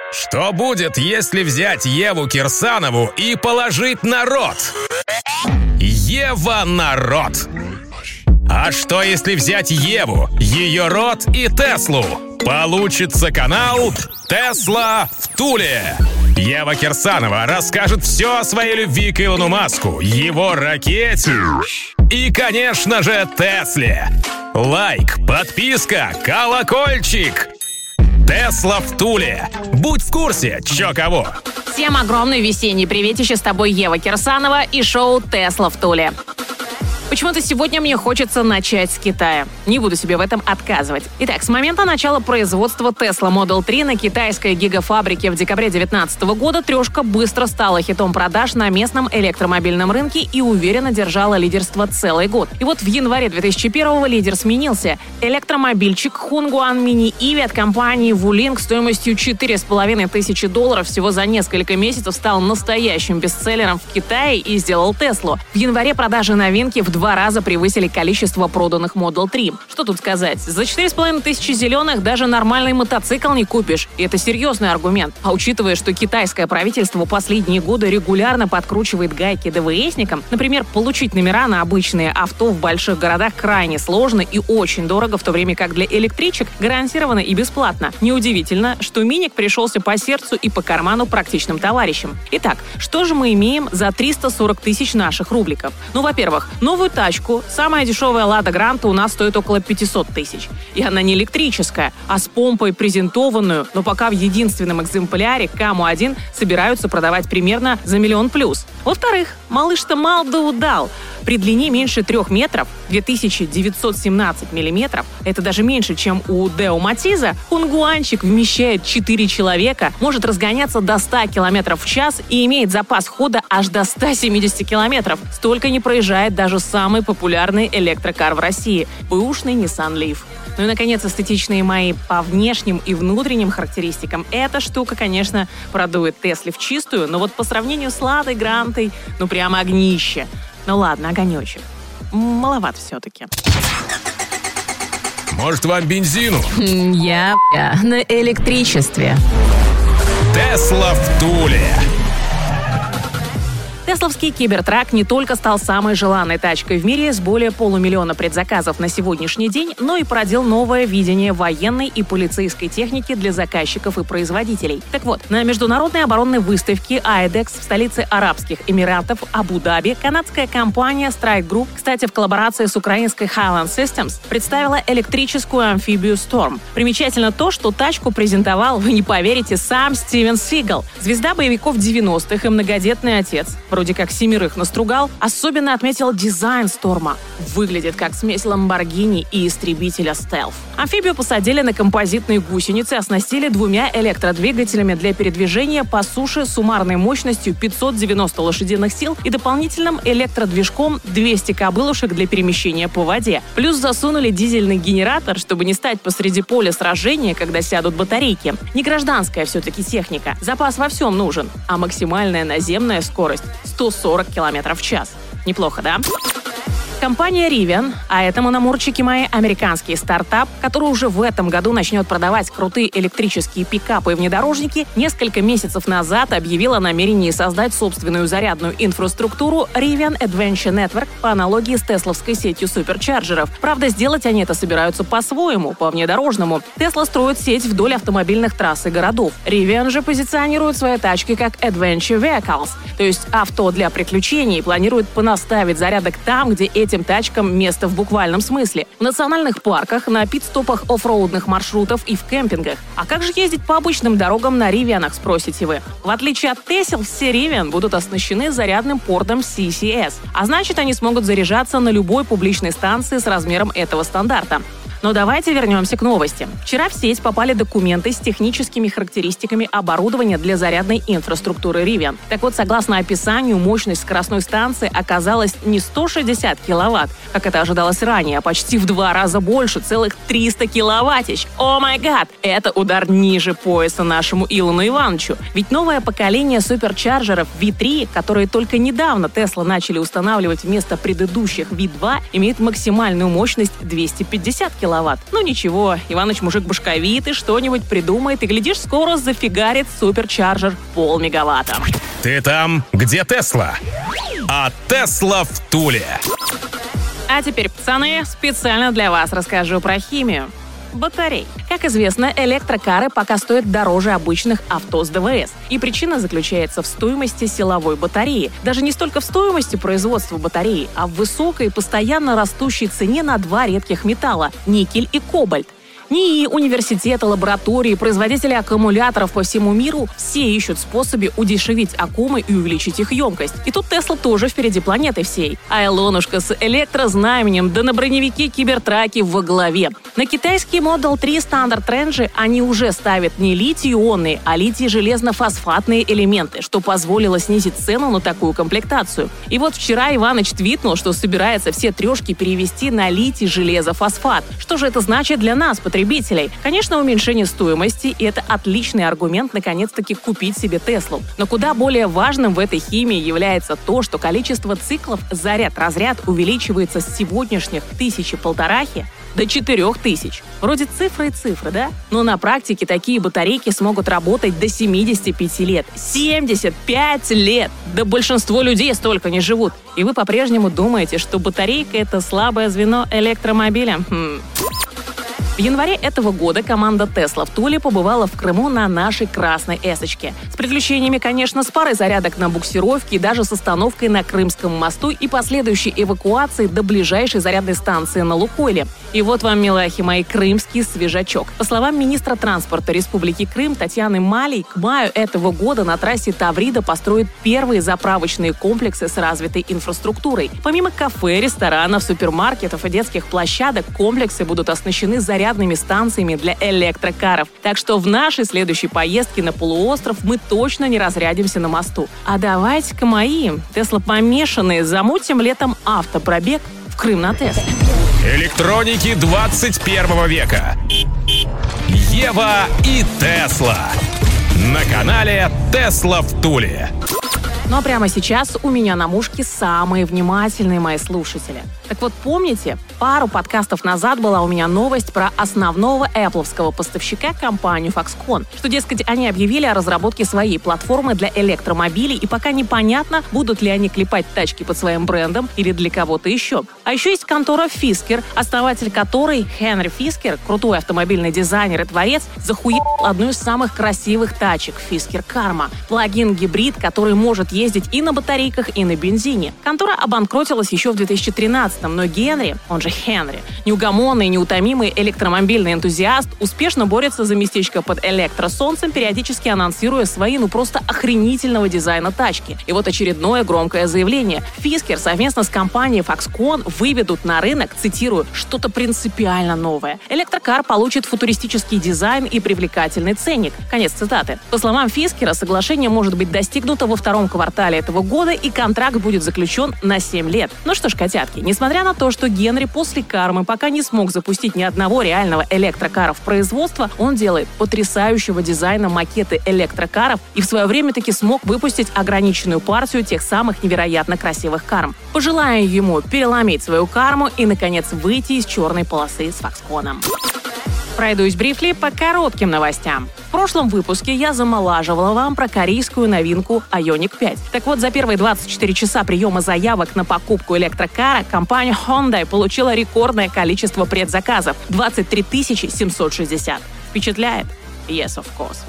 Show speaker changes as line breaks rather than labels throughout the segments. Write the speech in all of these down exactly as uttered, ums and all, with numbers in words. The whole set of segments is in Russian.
Что будет, если взять Еву Кирсанову и положить на рот? Ева на рот. А что, если взять Еву, ее рот и Теслу? Получится канал «Тесла в Туле». Ева Кирсанова расскажет все о своей любви к Илону Маску, его ракете и, конечно же, Тесле. Лайк, подписка, колокольчик. Тесла в Туле. Будь в курсе, чё кого.
Всем огромный весенний приветище, с тобой Ева Кирсанова и шоу «Тесла в Туле». Почему-то сегодня мне хочется начать с Китая. Не буду себе в этом отказывать. Итак, с момента начала производства Tesla Model три на китайской гигафабрике в декабре две тысячи девятнадцатого года трешка быстро стала хитом продаж на местном электромобильном рынке и уверенно держала лидерство целый год. И вот в январе две тысячи первого лидер сменился. Электромобильчик Hongguang Mini и ви от компании Wuling стоимостью четыре с половиной тысячи долларов всего за несколько месяцев стал настоящим бестселлером в Китае и сделал Теслу. В январе продажи новинки в два раза превысили количество проданных Model три. Что тут сказать? За четыре с половиной тысячи зеленых даже нормальный мотоцикл не купишь. И это серьезный аргумент. А учитывая, что китайское правительство последние годы регулярно подкручивает гайки ДВСникам, например, получить номера на обычные авто в больших городах крайне сложно и очень дорого, в то время как для электричек гарантированно и бесплатно. Неудивительно, что миник пришелся по сердцу и по карману практичным товарищам. Итак, что же мы имеем за триста сорок тысяч наших рубликов? Ну, во-первых, новую тачку, самая дешевая Лада Гранта у нас стоит около пятьсот тысяч. И она не электрическая, а с помпой презентованную, но пока в единственном экземпляре Каму один собираются продавать примерно за миллион плюс. Во-вторых, малыш-то мал да удал. При длине меньше трех метров, две тысячи девятьсот семнадцать миллиметров, это даже меньше, чем у Део Матиза, хунгуанчик вмещает четыре человека, может разгоняться до ста километров в час и имеет запас хода аж до ста семидесяти километров. Столько не проезжает даже самый популярный электрокар в России – бэушный Nissan Leaf. Ну и, наконец, эстетичные мои по внешним и внутренним характеристикам. Эта штука, конечно, продует Тесле в чистую, но вот по сравнению с Ладой Грантой, ну прямо огнище. Ну ладно, огонечек. Маловат все-таки.
Может, вам бензину?
Я, я на электричестве.
Тесла в Туле.
Тесловский кибертрак не только стал самой желанной тачкой в мире с более полумиллиона предзаказов на сегодняшний день, но и породил новое видение военной и полицейской техники для заказчиков и производителей. Так вот, на международной оборонной выставке айдекс в столице Арабских Эмиратов Абу-Даби канадская компания Strike Group, кстати, в коллаборации с украинской Highland Systems, представила электрическую амфибию Storm. Примечательно то, что тачку презентовал, вы не поверите, сам Стивен Сигал, звезда боевиков девяностых и многодетный отец. Вроде как семерых настругал, особенно отметил дизайн Сторма. Выглядит как смесь Ламборгини и истребителя стелф. Амфибию посадили на композитные гусеницы, оснастили двумя электродвигателями для передвижения по суше суммарной мощностью пятьсот девяносто лошадиных сил и дополнительным электродвижком двести кобылушек для перемещения по воде. Плюс засунули дизельный генератор, чтобы не стать посреди поля сражения, когда сядут батарейки. Не гражданская все-таки техника. Запас во всем нужен, а максимальная наземная скорость сто сорок километров в час. Неплохо, да? Компания Rivian, а это, мономурчики мои, американский стартап, который уже в этом году начнет продавать крутые электрические пикапы и внедорожники, несколько месяцев назад объявила о намерении создать собственную зарядную инфраструктуру Rivian Adventure Network по аналогии с тесловской сетью суперчарджеров. Правда, сделать они это собираются по-своему, по-внедорожному. Tesla строит сеть вдоль автомобильных трасс и городов. Rivian же позиционирует свои тачки как Adventure Vehicles, то есть авто для приключений, и планирует понаставить зарядок там, где эти этим тачкам место в буквальном смысле. В национальных парках, на пит-стопах оффроудных маршрутов и в кемпингах. А как же ездить по обычным дорогам на Ривианах, спросите вы? В отличие от Тесел, все Ривиан будут оснащены зарядным портом си си эс. А значит, они смогут заряжаться на любой публичной станции с размером этого стандарта. Но давайте вернемся к новости. Вчера в сеть попали документы с техническими характеристиками оборудования для зарядной инфраструктуры Rivian. Так вот, согласно описанию, мощность скоростной станции оказалась не сто шестьдесят киловатт, как это ожидалось ранее, а почти в два раза больше, целых триста киловаттищ. О май гад! Это удар ниже пояса нашему Илону Ивановичу. Ведь новое поколение суперчарджеров ви три, которые только недавно Tesla начали устанавливать вместо предыдущих ви два, имеет максимальную мощность двести пятьдесят киловатт. киловатт. Ну ничего, Иваныч мужик башковитый, что-нибудь придумает, и, глядишь, скоро зафигарит суперчарджер полмегаватта.
Ты там, где Тесла? А Тесла в Туле.
А теперь, пацаны, специально для вас расскажу про химию батарей. Как известно, электрокары пока стоят дороже обычных авто с ДВС. И причина заключается в стоимости силовой батареи. Даже не столько в стоимости производства батареи, а в высокой, постоянно растущей цене на два редких металла – никель и кобальт. НИИ, университеты, лаборатории, производители аккумуляторов по всему миру все ищут способы удешевить аккумы и увеличить их емкость. И тут Тесла тоже впереди планеты всей. А Илонушка с электрознаменем, да на броневики кибертраки во главе. На китайский Model три Standard Range они уже ставят не литий-ионные, а литий-железно-фосфатные элементы, что позволило снизить цену на такую комплектацию. И вот вчера Иваныч твитнул, что собирается все трешки перевести на литий-железо-фосфат. Что же это значит для нас, потребителей? Потребителей. Конечно, уменьшение стоимости, и это отличный аргумент наконец-таки купить себе Теслу. Но куда более важным в этой химии является то, что количество циклов заряд-разряд увеличивается с сегодняшних тысячи-полторахи до четырех тысяч. Вроде цифры и цифры, да? Но на практике такие батарейки смогут работать до семидесяти пяти лет. семьдесят пять лет! Да большинство людей столько не живут. И вы по-прежнему думаете, что батарейка — это слабое звено электромобиля? Хм. В январе этого года команда Тесла в Туле побывала в Крыму на нашей красной эсочке. С приключениями, конечно, с парой зарядок на буксировке и даже с остановкой на Крымском мосту и последующей эвакуацией до ближайшей зарядной станции на Лукойле. И вот вам, милахи мои, крымский свежачок. По словам министра транспорта Республики Крым Татьяны Малей, к маю этого года на трассе Таврида построят первые заправочные комплексы с развитой инфраструктурой. Помимо кафе, ресторанов, супермаркетов и детских площадок, комплексы будут оснащены зарядными станциями для электрокаров. Так что в нашей следующей поездке на полуостров мы точно не разрядимся на мосту. А давайте-ка мои Тесла помешанные замутим летом автопробег в Крым на Тесле.
Электроники двадцать первого века. Ева и Тесла. На канале Тесла в Туле.
Ну а прямо сейчас у меня на мушке самые внимательные мои слушатели. Так вот, помните, пару подкастов назад была у меня новость про основного Apple'овского поставщика, компанию Foxconn, что, дескать, они объявили о разработке своей платформы для электромобилей, и пока непонятно, будут ли они клепать тачки под своим брендом или для кого-то еще. А еще есть контора Fisker, основатель которой, Хенри Фискер, крутой автомобильный дизайнер и творец, захуел одну из самых красивых тачек — Fisker Karma. Плагин-гибрид, который может ездить и на батарейках, и на бензине. Контора обанкротилась еще в две тысячи тринадцатом, но Генри, он же Хенри, неугомонный и неутомимый электромобильный энтузиаст, успешно борется за местечко под электросолнцем, периодически анонсируя свои, ну просто охренительного дизайна тачки. И вот очередное громкое заявление. Fisker совместно с компанией Foxconn выведут на рынок, цитирую, что-то принципиально новое. Электрокар получит футуристический дизайн и привлекательный ценник. Конец цитаты. По словам Фискера, соглашение может быть достигнуто во втором квартале этого года, и контракт будет заключен на семь лет. Ну что ж, котятки, несмотря на то, что Генри после Кармы пока не смог запустить ни одного реального электрокара в производство, он делает потрясающего дизайна макеты электрокаров и в свое время таки смог выпустить ограниченную партию тех самых невероятно красивых карм. Пожелаю ему переломить свою карму и, наконец, выйти из черной полосы с Foxconn. Пройдусь брифли по коротким новостям. В прошлом выпуске я замолаживала вам про корейскую новинку Ioniq пять. Так вот, за первые двадцать четыре часа приема заявок на покупку электрокара компания Hyundai получила рекордное количество предзаказов – двадцать три тысячи семьсот шестьдесят. Впечатляет? Yes, of course.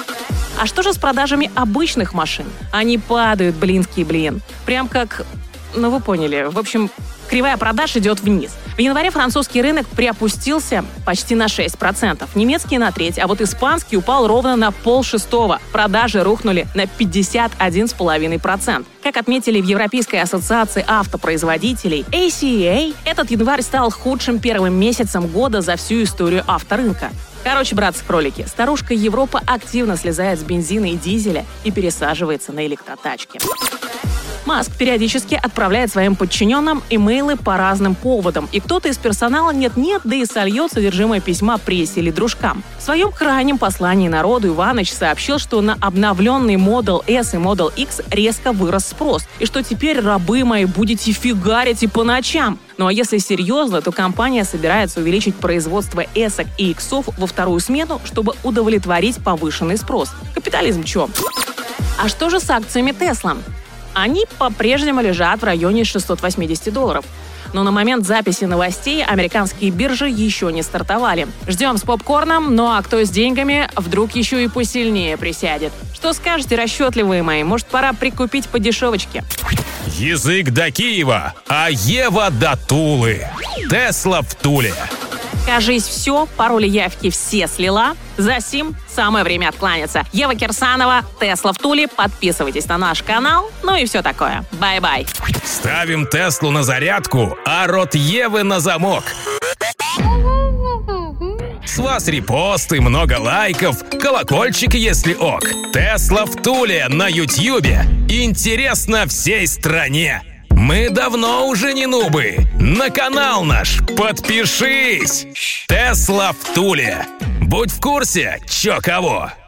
А что же с продажами обычных машин? Они падают, блинский блин. Прям как... Ну, вы поняли. В общем, кривая продаж идет вниз. В январе французский рынок приопустился почти на шесть процентов, немецкий на треть, а вот испанский упал ровно на полшестого. Продажи рухнули на пятьдесят один целых пять десятых процента. Как отметили в Европейской ассоциации автопроизводителей эй си и эй, этот январь стал худшим первым месяцем года за всю историю авторынка. Короче, братцы-кролики, старушка Европа активно слезает с бензина и дизеля и пересаживается на электротачки. Маск периодически отправляет своим подчиненным имейлы по разным поводам, и кто-то из персонала нет-нет, да и сольет содержимое письма прессе или дружкам. В своем крайнем послании народу Иваныч сообщил, что на обновленный Model S и Model X резко вырос спрос, и что теперь, рабы мои, будете фигарить и по ночам. Ну а если серьезно, то компания собирается увеличить производство эсок и иксов во вторую смену, чтобы удовлетворить повышенный спрос. Капитализм чё? А что же с акциями Tesla? Они по-прежнему лежат в районе шестьсот восемьдесят долларов. Но на момент записи новостей американские биржи еще не стартовали. Ждем с попкорном, ну а кто с деньгами, вдруг еще и посильнее присядет. Что скажете, расчетливые мои? Может, пора прикупить по дешевочке?
Язык до Киева, а Ева до Тулы. Тесла в Туле.
Кажись, все, пароли явки все слила. Засим самое время откланяться. Ева Кирсанова, Тесла в Туле. Подписывайтесь на наш канал. Ну и все такое. Бай-бай.
Ставим Теслу на зарядку, а рот Евы на замок. С вас репосты, много лайков, колокольчик, если ок. Тесла в Туле на Ютьюбе. Интересно всей стране. Мы давно уже не нубы. На канал наш подпишись. Тесла в Туле. Будь в курсе, чё кого.